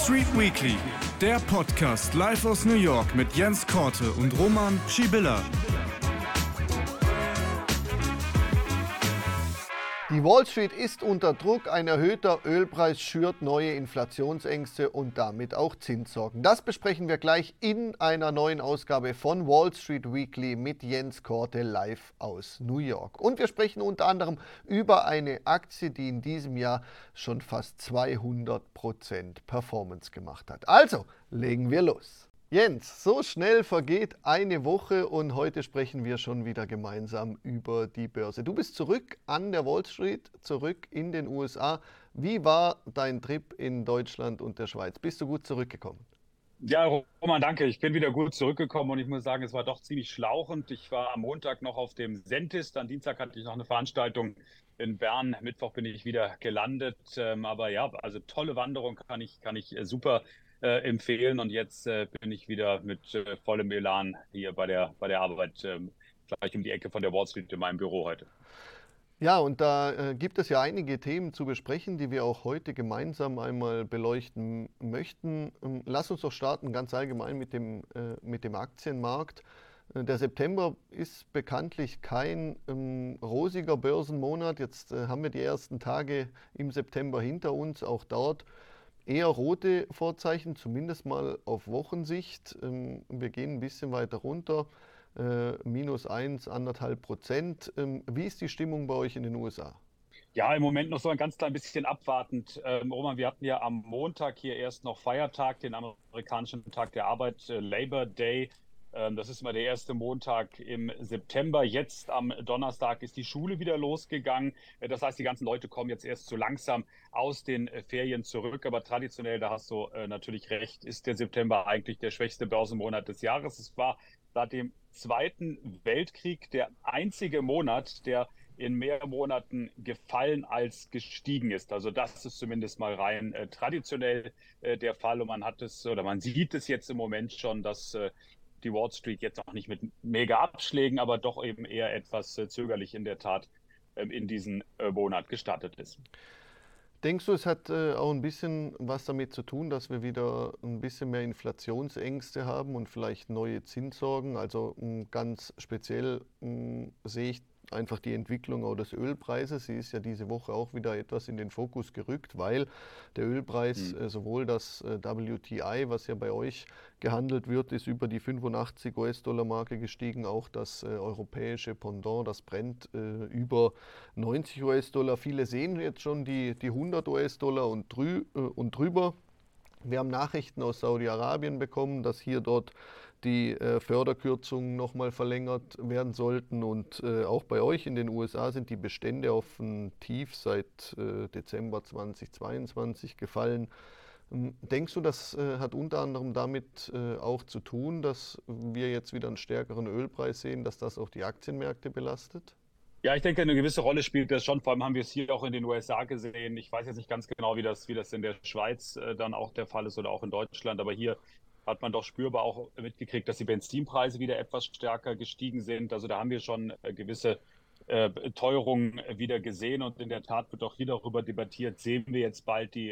Street Weekly, der Podcast live aus New York mit Jens Korte und Roman Schibilla. Die Wall Street ist unter Druck, ein erhöhter Ölpreis schürt neue Inflationsängste und damit auch Zinssorgen. Das besprechen wir gleich in einer neuen Ausgabe von Wall Street Weekly mit Jens Korte live aus New York. Und wir sprechen unter anderem über eine Aktie, die in diesem Jahr schon fast 200% Performance gemacht hat. Also, legen wir los. Jens, so schnell vergeht eine Woche und heute sprechen wir schon wieder gemeinsam über die Börse. Du bist zurück an der Wall Street, zurück in den USA. Wie war dein Trip in Deutschland und der Schweiz? Bist du gut zurückgekommen? Ja, Roman, danke. Ich bin wieder gut zurückgekommen und ich muss sagen, es war doch ziemlich schlauchend. Ich war am Montag noch auf dem Sentis, am Dienstag hatte ich noch eine Veranstaltung in Bern. Mittwoch bin ich wieder gelandet. Aber ja, also tolle Wanderung kann ich super empfehlen. Und jetzt bin ich wieder mit vollem Elan hier bei der Arbeit gleich um die Ecke von der Wall Street in meinem Büro heute. Ja, und da gibt es ja einige Themen zu besprechen, die wir auch heute gemeinsam einmal beleuchten möchten. Lass uns doch starten ganz allgemein mit dem Aktienmarkt. Der September ist bekanntlich kein rosiger Börsenmonat. Jetzt haben wir die ersten Tage im September hinter uns, auch dort eher rote Vorzeichen, zumindest mal auf Wochensicht. Wir gehen ein bisschen weiter runter. Minus 1,5%. Wie ist die Stimmung bei euch in den USA? Ja, im Moment noch so ein ganz klein bisschen abwartend. Roman, wir hatten ja am Montag hier erst noch Feiertag, den amerikanischen Tag der Arbeit, Labor Day. Das ist immer der erste Montag im September. Jetzt am Donnerstag ist die Schule wieder losgegangen. Das heißt, die ganzen Leute kommen jetzt erst so langsam aus den Ferien zurück. Aber traditionell, da hast du natürlich recht, ist der September eigentlich der schwächste Börsenmonat des Jahres. Es war seit dem Zweiten Weltkrieg der einzige Monat, der in mehr Monaten gefallen als gestiegen ist. Also das ist zumindest mal rein traditionell der Fall. Und man sieht es jetzt im Moment schon, dass die Wall Street jetzt auch nicht mit mega Abschlägen, aber doch eben eher etwas zögerlich in der Tat in diesen Monat gestartet ist. Denkst du, es hat auch ein bisschen was damit zu tun, dass wir wieder ein bisschen mehr Inflationsängste haben und vielleicht neue Zinssorgen? Also ganz speziell sehe ich einfach die Entwicklung auch des Ölpreises. Sie ist ja diese Woche auch wieder etwas in den Fokus gerückt, weil der Ölpreis, sowohl das WTI, was ja bei euch gehandelt wird, ist über die 85 US-Dollar-Marke gestiegen, auch das europäische Pendant, das Brent, über 90 US-Dollar. Viele sehen jetzt schon die 100 US-Dollar und drüber. Wir haben Nachrichten aus Saudi-Arabien bekommen, dass dort die Förderkürzungen nochmal verlängert werden sollten. Und auch bei euch in den USA sind die Bestände auf ein Tief seit Dezember 2022 gefallen. Denkst du, das hat unter anderem damit auch zu tun, dass wir jetzt wieder einen stärkeren Ölpreis sehen, dass das auch die Aktienmärkte belastet? Ja, ich denke, eine gewisse Rolle spielt das schon. Vor allem haben wir es hier auch in den USA gesehen. Ich weiß jetzt nicht ganz genau, wie das in der Schweiz dann auch der Fall ist oder auch in Deutschland. Aber hier hat man doch spürbar auch mitgekriegt, dass die Benzinpreise wieder etwas stärker gestiegen sind. Also da haben wir schon gewisse Teuerungen wieder gesehen. Und in der Tat wird auch hier darüber debattiert, sehen wir jetzt bald die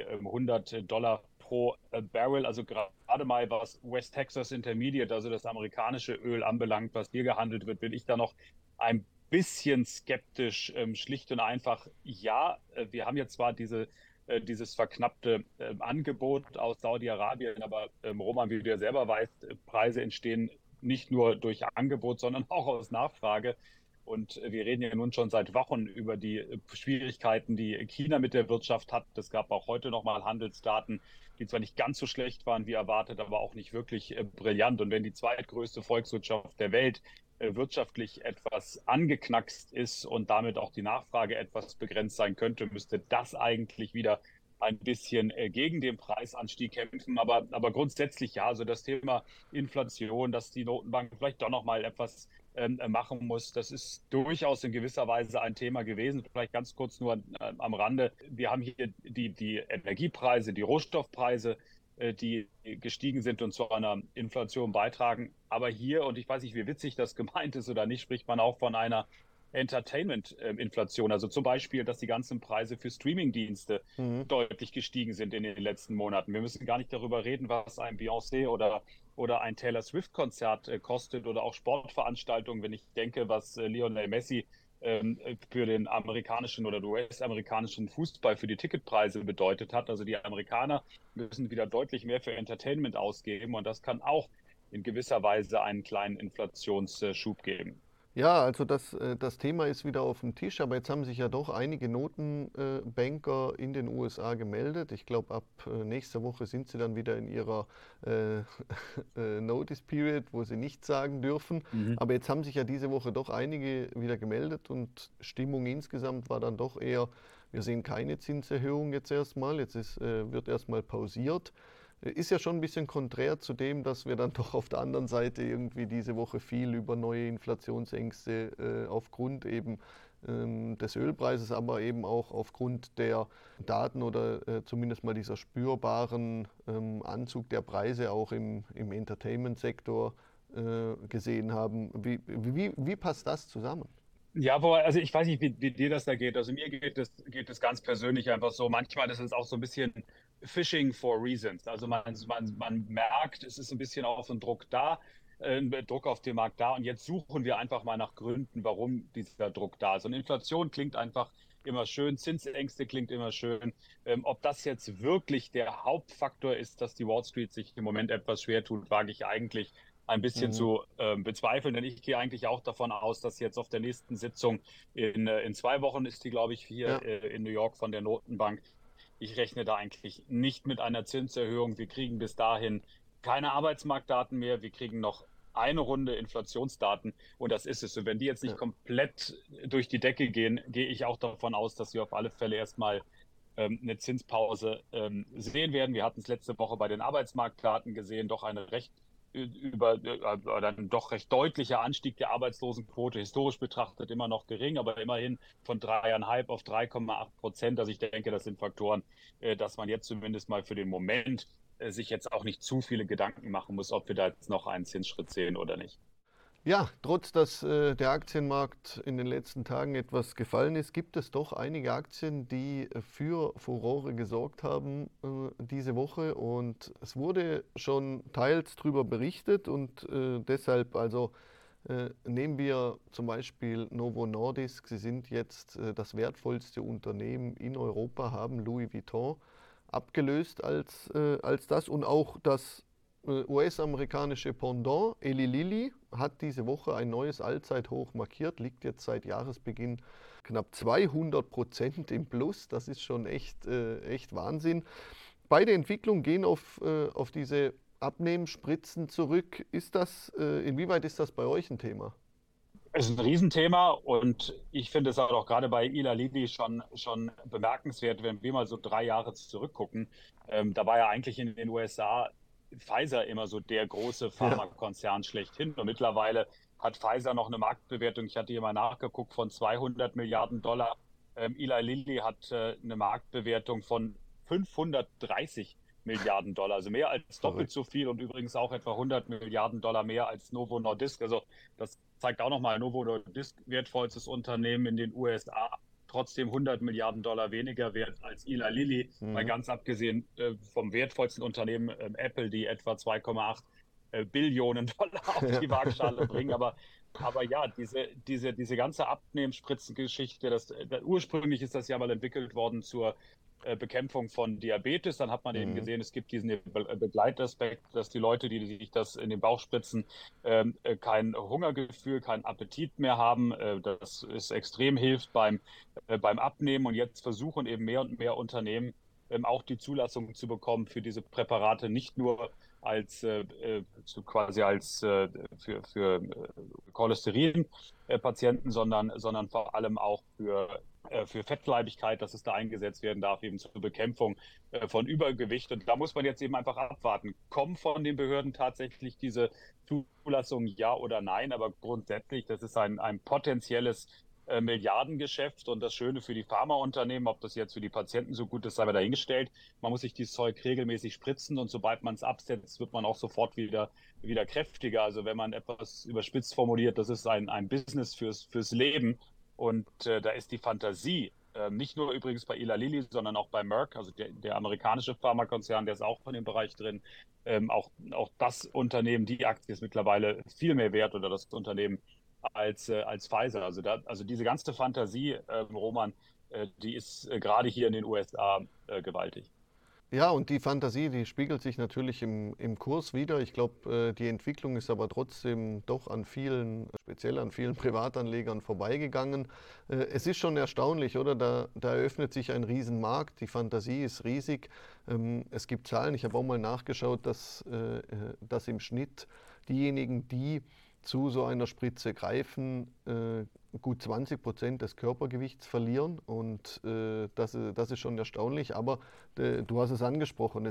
$100 pro Barrel. Also gerade mal was West Texas Intermediate, also das amerikanische Öl anbelangt, was hier gehandelt wird, bin ich da noch ein bisschen skeptisch, schlicht und einfach. Ja, wir haben jetzt zwar dieses verknappte Angebot aus Saudi-Arabien, aber Roman, wie du ja selber weißt, Preise entstehen nicht nur durch Angebot, sondern auch aus Nachfrage. Und wir reden ja nun schon seit Wochen über die Schwierigkeiten, die China mit der Wirtschaft hat. Es gab auch heute nochmal Handelsdaten, die zwar nicht ganz so schlecht waren wie erwartet, aber auch nicht wirklich brillant. Und wenn die zweitgrößte Volkswirtschaft der Welt wirtschaftlich etwas angeknackst ist und damit auch die Nachfrage etwas begrenzt sein könnte, müsste das eigentlich wieder ein bisschen gegen den Preisanstieg kämpfen. Aber grundsätzlich ja, also das Thema Inflation, dass die Notenbank vielleicht doch noch mal etwas machen muss, das ist durchaus in gewisser Weise ein Thema gewesen. Vielleicht ganz kurz nur am Rande. Wir haben hier die Energiepreise, die Rohstoffpreise, die gestiegen sind und zu einer Inflation beitragen. Aber hier, und ich weiß nicht, wie witzig das gemeint ist oder nicht, spricht man auch von einer Entertainment-Inflation. Also zum Beispiel, dass die ganzen Preise für Streaming-Dienste deutlich gestiegen sind in den letzten Monaten. Wir müssen gar nicht darüber reden, was ein Beyoncé oder ein Taylor Swift-Konzert kostet oder auch Sportveranstaltungen, wenn ich denke, was Lionel Messi für den amerikanischen oder US-amerikanischen Fußball für die Ticketpreise bedeutet hat. Also die Amerikaner müssen wieder deutlich mehr für Entertainment ausgeben und das kann auch in gewisser Weise einen kleinen Inflationsschub geben. Ja, also das Thema ist wieder auf dem Tisch, aber jetzt haben sich ja doch einige Notenbanker in den USA gemeldet. Ich glaube, ab nächster Woche sind sie dann wieder in ihrer Notice Period, wo sie nichts sagen dürfen. Aber jetzt haben sich ja diese Woche doch einige wieder gemeldet und Stimmung insgesamt war dann doch eher, wir sehen keine Zinserhöhung jetzt erstmal, wird erstmal pausiert. Ist ja schon ein bisschen konträr zu dem, dass wir dann doch auf der anderen Seite irgendwie diese Woche viel über neue Inflationsängste aufgrund eben des Ölpreises, aber eben auch aufgrund der Daten oder zumindest mal dieser spürbaren Anzug der Preise auch im Entertainment-Sektor gesehen haben. Wie passt das zusammen? Ja, also ich weiß nicht, wie dir das da geht. Also mir geht es ganz persönlich einfach so. Manchmal ist es auch so ein bisschen Fishing for Reasons. Also man merkt, es ist ein bisschen auch so ein Druck da, Druck auf dem Markt da. Und jetzt suchen wir einfach mal nach Gründen, warum dieser Druck da ist. Und Inflation klingt einfach immer schön, Zinsängste klingt immer schön. Ob das jetzt wirklich der Hauptfaktor ist, dass die Wall Street sich im Moment etwas schwer tut, wage ich eigentlich ein bisschen zu bezweifeln, denn ich gehe eigentlich auch davon aus, dass jetzt auf der nächsten Sitzung in 2 Wochen ist die, glaube ich, hier in New York von der Notenbank. Ich rechne da eigentlich nicht mit einer Zinserhöhung. Wir kriegen bis dahin keine Arbeitsmarktdaten mehr. Wir kriegen noch eine Runde Inflationsdaten und das ist es. Und wenn die jetzt nicht komplett durch die Decke gehen, gehe ich auch davon aus, dass wir auf alle Fälle erstmal eine Zinspause sehen werden. Wir hatten es letzte Woche bei den Arbeitsmarktdaten gesehen, doch eine recht deutlicher Anstieg der Arbeitslosenquote, historisch betrachtet immer noch gering, aber immerhin von 3,5 auf 3,8%. Also ich denke, das sind Faktoren, dass man jetzt zumindest mal für den Moment sich jetzt auch nicht zu viele Gedanken machen muss, ob wir da jetzt noch einen Zinsschritt sehen oder nicht. Ja, trotz dass der Aktienmarkt in den letzten Tagen etwas gefallen ist, gibt es doch einige Aktien, die für Furore gesorgt haben diese Woche. Und es wurde schon teils darüber berichtet und deshalb, also nehmen wir zum Beispiel Novo Nordisk. Sie sind jetzt das wertvollste Unternehmen in Europa, haben Louis Vuitton abgelöst als das und auch das US-amerikanische Pendant, Eli Lilly, hat diese Woche ein neues Allzeithoch markiert, liegt jetzt seit Jahresbeginn knapp 200% im Plus. Das ist schon echt Wahnsinn. Beide Entwicklungen gehen auf diese Abnehmenspritzen zurück. Inwieweit ist das bei euch ein Thema? Es ist ein Riesenthema und ich finde es auch gerade bei Eli Lilly schon bemerkenswert, wenn wir mal so 3 Jahre zurückgucken. Da war ja eigentlich in den USA Pfizer immer so der große Pharmakonzern schlechthin. Und mittlerweile hat Pfizer noch eine Marktbewertung, ich hatte hier mal nachgeguckt, von 200 Milliarden Dollar. Eli Lilly hat eine Marktbewertung von 530 Milliarden Dollar, also mehr als doppelt so viel und übrigens auch etwa 100 Milliarden Dollar mehr als Novo Nordisk. Also das zeigt auch nochmal, Novo Nordisk, wertvollstes Unternehmen in den USA, trotzdem 100 Milliarden Dollar weniger wert als Eli Lilly, mal ganz abgesehen vom wertvollsten Unternehmen Apple, die etwa 2,8 Billionen Dollar auf die Waagschale bringen. Aber ja, diese ganze Abnehmensspritzengeschichte, ursprünglich ist das ja mal entwickelt worden zur Bekämpfung von Diabetes. Dann hat man eben gesehen, es gibt diesen Begleitaspekt, dass die Leute, die sich das in den Bauch spritzen, kein Hungergefühl, keinen Appetit mehr haben. Das ist extrem hilft beim Abnehmen. Und jetzt versuchen eben mehr und mehr Unternehmen auch die Zulassung zu bekommen für diese Präparate, nicht nur als quasi als für Cholesterin-Patienten, sondern vor allem auch für Fettleibigkeit, dass es da eingesetzt werden darf, eben zur Bekämpfung von Übergewicht. Und da muss man jetzt eben einfach abwarten. Kommen von den Behörden tatsächlich diese Zulassungen, ja oder nein? Aber grundsätzlich, das ist ein potenzielles Milliardengeschäft und das Schöne für die Pharmaunternehmen, ob das jetzt für die Patienten so gut ist, sei mal dahingestellt. Man muss sich dieses Zeug regelmäßig spritzen und sobald man es absetzt, wird man auch sofort wieder kräftiger. Also wenn man etwas überspitzt formuliert, das ist ein Business fürs Leben. Und da ist die Fantasie, nicht nur übrigens bei Eli Lilly, sondern auch bei Merck, also der amerikanische Pharmakonzern, der ist auch in dem Bereich drin. Auch das Unternehmen, die Aktie ist mittlerweile viel mehr wert oder das Unternehmen als Pfizer. Also diese ganze Fantasie, Roman, die ist gerade hier in den USA gewaltig. Ja, und die Fantasie, die spiegelt sich natürlich im Kurs wider. Ich glaube, die Entwicklung ist aber trotzdem doch an vielen, speziell an vielen Privatanlegern vorbeigegangen. Es ist schon erstaunlich, oder? Da eröffnet sich ein Riesenmarkt, die Fantasie ist riesig. Es gibt Zahlen, ich habe auch mal nachgeschaut, dass im Schnitt diejenigen, die zu so einer Spritze greifen, gut 20% des Körpergewichts verlieren und das ist schon erstaunlich, aber du hast es angesprochen,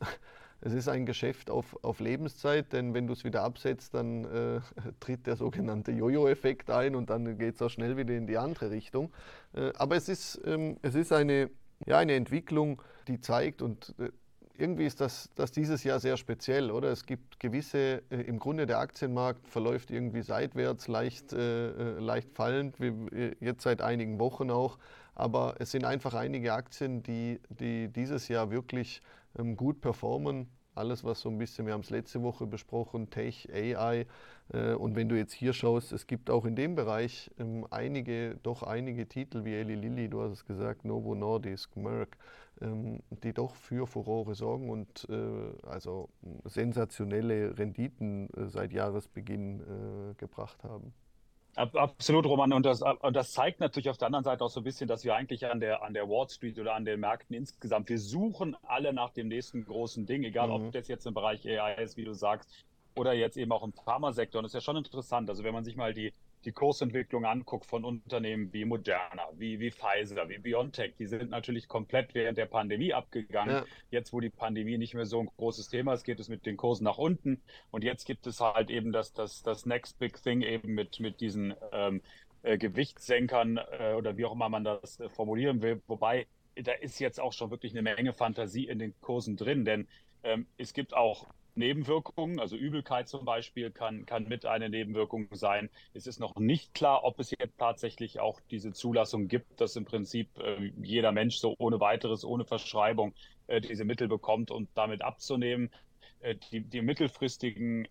es ist ein Geschäft auf Lebenszeit, denn wenn du es wieder absetzt, dann tritt der sogenannte Jojo-Effekt ein und dann geht es auch schnell wieder in die andere Richtung. Aber es ist eine Entwicklung, die zeigt und irgendwie ist das dieses Jahr sehr speziell, oder? Es gibt gewisse, im Grunde der Aktienmarkt verläuft irgendwie seitwärts, leicht fallend, wie jetzt seit einigen Wochen auch. Aber es sind einfach einige Aktien, die dieses Jahr wirklich gut performen. Alles, was so ein bisschen, wir haben es letzte Woche besprochen, Tech, AI. Und wenn du jetzt hier schaust, es gibt auch in dem Bereich einige Titel wie Eli Lilly, du hast es gesagt, Novo Nordisk, Merck, die doch für Furore sorgen und also sensationelle Renditen seit Jahresbeginn gebracht haben. Absolut, Roman. Und das zeigt natürlich auf der anderen Seite auch so ein bisschen, dass wir eigentlich an der Wall Street oder an den Märkten insgesamt, wir suchen alle nach dem nächsten großen Ding, egal ob das jetzt im Bereich AI ist, wie du sagst, oder jetzt eben auch im Pharmasektor. Und das ist ja schon interessant. Also wenn man sich mal die Kursentwicklung anguckt von Unternehmen wie Moderna, wie Pfizer, wie BioNTech, die sind natürlich komplett während der Pandemie abgegangen. Ja. Jetzt, wo die Pandemie nicht mehr so ein großes Thema ist, geht es mit den Kursen nach unten. Und jetzt gibt es halt eben das Next Big Thing eben mit diesen Gewichtssenkern oder wie auch immer man das formulieren will. Wobei, da ist jetzt auch schon wirklich eine Menge Fantasie in den Kursen drin, denn es gibt auch Nebenwirkungen, also Übelkeit zum Beispiel kann mit eine Nebenwirkung sein. Es ist noch nicht klar, ob es jetzt tatsächlich auch diese Zulassung gibt, dass im Prinzip jeder Mensch so ohne weiteres, ohne Verschreibung diese Mittel bekommt und damit abzunehmen. Die mittelfristigen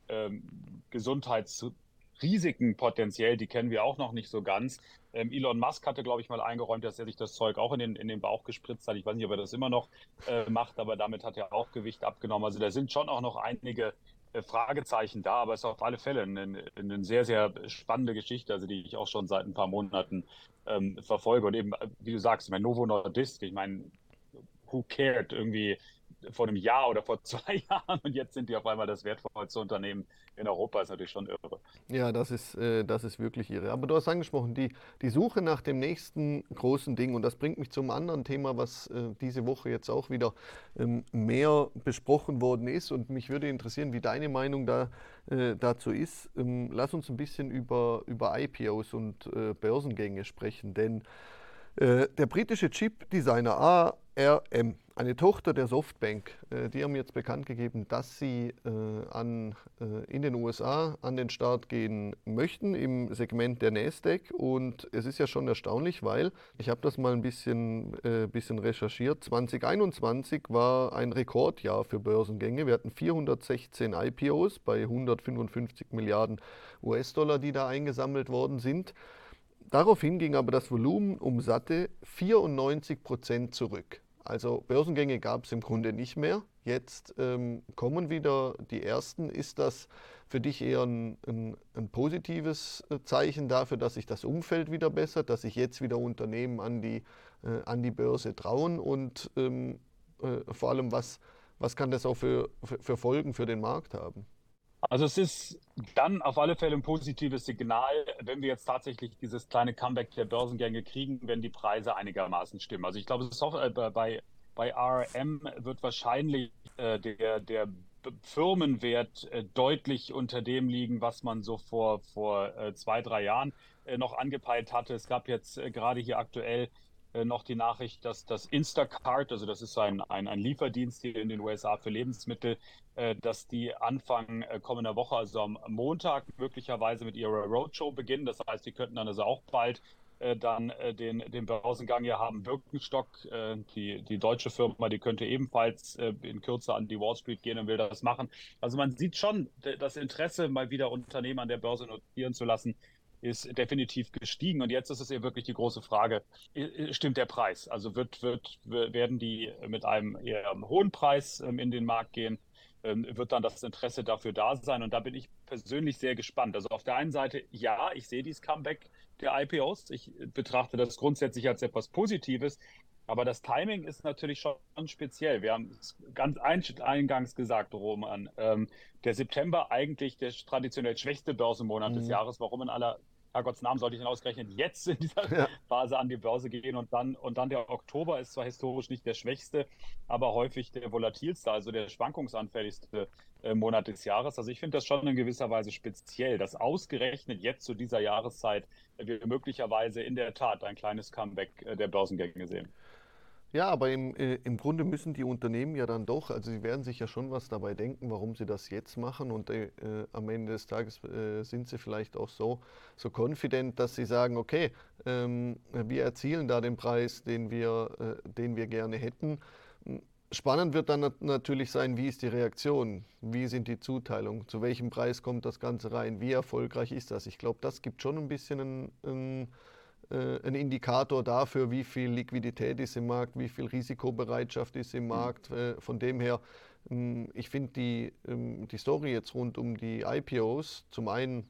Gesundheitsrisiken potenziell, die kennen wir auch noch nicht so ganz. Elon Musk hatte, glaube ich, mal eingeräumt, dass er sich das Zeug auch in den Bauch gespritzt hat. Ich weiß nicht, ob er das immer noch macht, aber damit hat er auch Gewicht abgenommen. Also da sind schon auch noch einige Fragezeichen da, aber es ist auf alle Fälle eine sehr, sehr spannende Geschichte, also die ich auch schon seit ein paar Monaten verfolge. Und eben, wie du sagst, ich meine, Novo Nordisk, ich meine, who cared irgendwie vor einem Jahr oder vor 2 Jahren und jetzt sind die auf einmal das wertvollste Unternehmen in Europa, ist natürlich schon irre. Ja, das ist wirklich irre. Aber du hast angesprochen, die Suche nach dem nächsten großen Ding und das bringt mich zum anderen Thema, was diese Woche jetzt auch wieder mehr besprochen worden ist und mich würde interessieren, wie deine Meinung dazu ist. Lass uns ein bisschen über IPOs und Börsengänge sprechen, denn der britische Chip-Designer ARM, eine Tochter der Softbank, die haben jetzt bekannt gegeben, dass sie in den USA an den Start gehen möchten im Segment der Nasdaq. Und es ist ja schon erstaunlich, weil ich habe das mal ein bisschen recherchiert. 2021 war ein Rekordjahr für Börsengänge. Wir hatten 416 IPOs bei 155 Milliarden US-Dollar, die da eingesammelt worden sind. Daraufhin ging aber das Volumen um satte 94% zurück. Also Börsengänge gab es im Grunde nicht mehr. Jetzt kommen wieder die ersten. Ist das für dich eher ein positives Zeichen dafür, dass sich das Umfeld wieder bessert, dass sich jetzt wieder Unternehmen an die Börse trauen? Und vor allem, was kann das auch für Folgen für den Markt haben? Also es ist dann auf alle Fälle ein positives Signal, wenn wir jetzt tatsächlich dieses kleine Comeback der Börsengänge kriegen, wenn die Preise einigermaßen stimmen. Also ich glaube, es ist auch, bei ARM wird wahrscheinlich der Firmenwert deutlich unter dem liegen, was man so vor 2, 3 Jahren noch angepeilt hatte. Es gab jetzt gerade hier aktuell noch die Nachricht, dass das Instacart, also das ist ein Lieferdienst hier in den USA für Lebensmittel, dass die Anfang kommender Woche, also am Montag möglicherweise mit ihrer Roadshow beginnen. Das heißt, die könnten dann also auch bald dann den Börsengang hier haben. Birkenstock, die deutsche Firma, die könnte ebenfalls in Kürze an die Wall Street gehen und will das machen. Also man sieht schon, das Interesse, mal wieder Unternehmen an der Börse notieren zu lassen, ist definitiv gestiegen. Und jetzt ist es eben wirklich die große Frage, stimmt der Preis? Also werden die mit einem eher hohen Preis in den Markt gehen? Wird dann das Interesse dafür da sein? Und da bin ich persönlich sehr gespannt. Also auf der einen Seite, ja, ich sehe dieses Comeback der IPOs. Ich betrachte das grundsätzlich als etwas Positives. Aber das Timing ist natürlich schon speziell. Wir haben es ganz eingangs gesagt, Roman, der September eigentlich der traditionell schwächste Börsenmonat des Jahres. Warum in aller Herrgottsnamen sollte ich denn ausgerechnet jetzt in dieser Phase an die Börse gehen? Und dann der Oktober ist zwar historisch nicht der schwächste, aber häufig der volatilste, also der schwankungsanfälligste Monat des Jahres. Also ich finde das schon in gewisser Weise speziell, dass ausgerechnet jetzt zu dieser Jahreszeit wir möglicherweise in der Tat ein kleines Comeback der Börsengänge sehen. Ja, aber im Grunde müssen die Unternehmen ja dann doch, also sie werden sich ja schon was dabei denken, warum sie das jetzt machen, und am Ende des Tages sind sie vielleicht auch so confident, dass sie sagen, okay, wir erzielen da den Preis, den wir gerne hätten. Spannend wird dann natürlich sein, wie ist die Reaktion, wie sind die Zuteilungen, zu welchem Preis kommt das Ganze rein, wie erfolgreich ist das. Ich glaube, das gibt schon ein bisschen ein Indikator dafür, wie viel Liquidität ist im Markt, wie viel Risikobereitschaft ist im Markt. Von dem her, ich finde die Story jetzt rund um die IPOs, zum einen,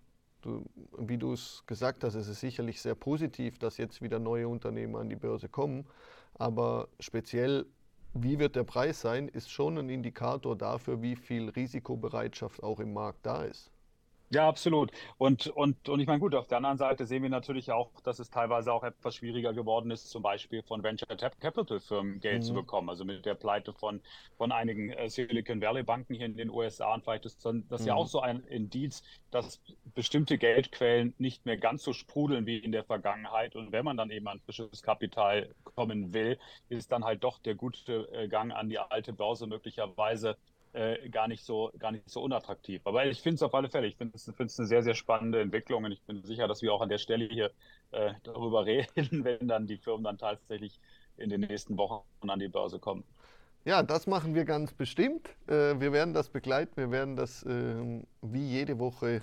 wie du es gesagt hast, es ist sicherlich sehr positiv, dass jetzt wieder neue Unternehmen an die Börse kommen, aber speziell, wie wird der Preis sein, ist schon ein Indikator dafür, wie viel Risikobereitschaft auch im Markt da ist. Ja, absolut. Und ich meine, gut, auf der anderen Seite sehen wir natürlich auch, dass es teilweise auch etwas schwieriger geworden ist, zum Beispiel von Venture Capital Firmen Geld zu bekommen. Also mit der Pleite von einigen Silicon Valley Banken hier in den USA. Und vielleicht ist das ja auch so ein Indiz, dass bestimmte Geldquellen nicht mehr ganz so sprudeln wie in der Vergangenheit. Und wenn man dann eben an frisches Kapital kommen will, ist dann halt doch der gute Gang an die alte Börse möglicherweise gar nicht so unattraktiv. Aber ich finde es auf alle Fälle, ich finde es eine sehr, sehr spannende Entwicklung, und ich bin sicher, dass wir auch an der Stelle hier darüber reden, wenn dann die Firmen dann tatsächlich in den nächsten Wochen an die Börse kommen. Ja, das machen wir ganz bestimmt. Wir werden das begleiten, wir werden das wie jede Woche,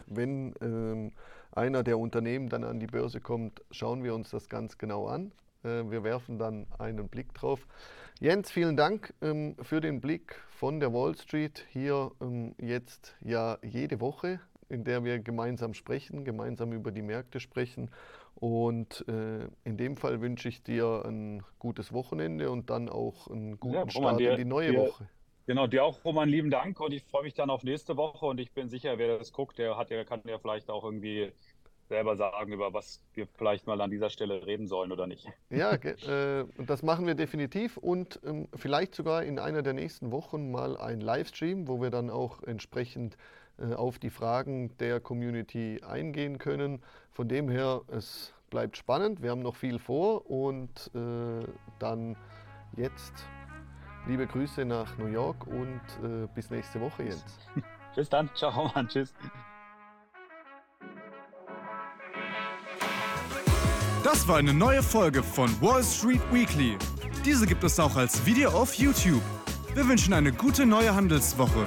wenn einer der Unternehmen dann an die Börse kommt, schauen wir uns das ganz genau an. Wir werfen dann einen Blick drauf. Jens, vielen Dank für den Blick von der Wall Street hier jetzt ja jede Woche, in der wir gemeinsam sprechen, gemeinsam über die Märkte sprechen. Und in dem Fall wünsche ich dir ein gutes Wochenende und dann auch einen guten Start in die neue Woche. Genau, dir auch, Roman, lieben Dank, und ich freue mich dann auf nächste Woche, und ich bin sicher, wer das guckt, kann ja vielleicht auch irgendwie selber sagen, über was wir vielleicht mal an dieser Stelle reden sollen oder nicht. Ja, das machen wir definitiv, und vielleicht sogar in einer der nächsten Wochen mal ein Livestream, wo wir dann auch entsprechend auf die Fragen der Community eingehen können. Von dem her, es bleibt spannend, wir haben noch viel vor, und dann jetzt liebe Grüße nach New York und bis nächste Woche, Jens. Bis dann, ciao Roman, tschüss. Das war eine neue Folge von Wall Street Weekly. Diese gibt es auch als Video auf YouTube. Wir wünschen eine gute neue Handelswoche.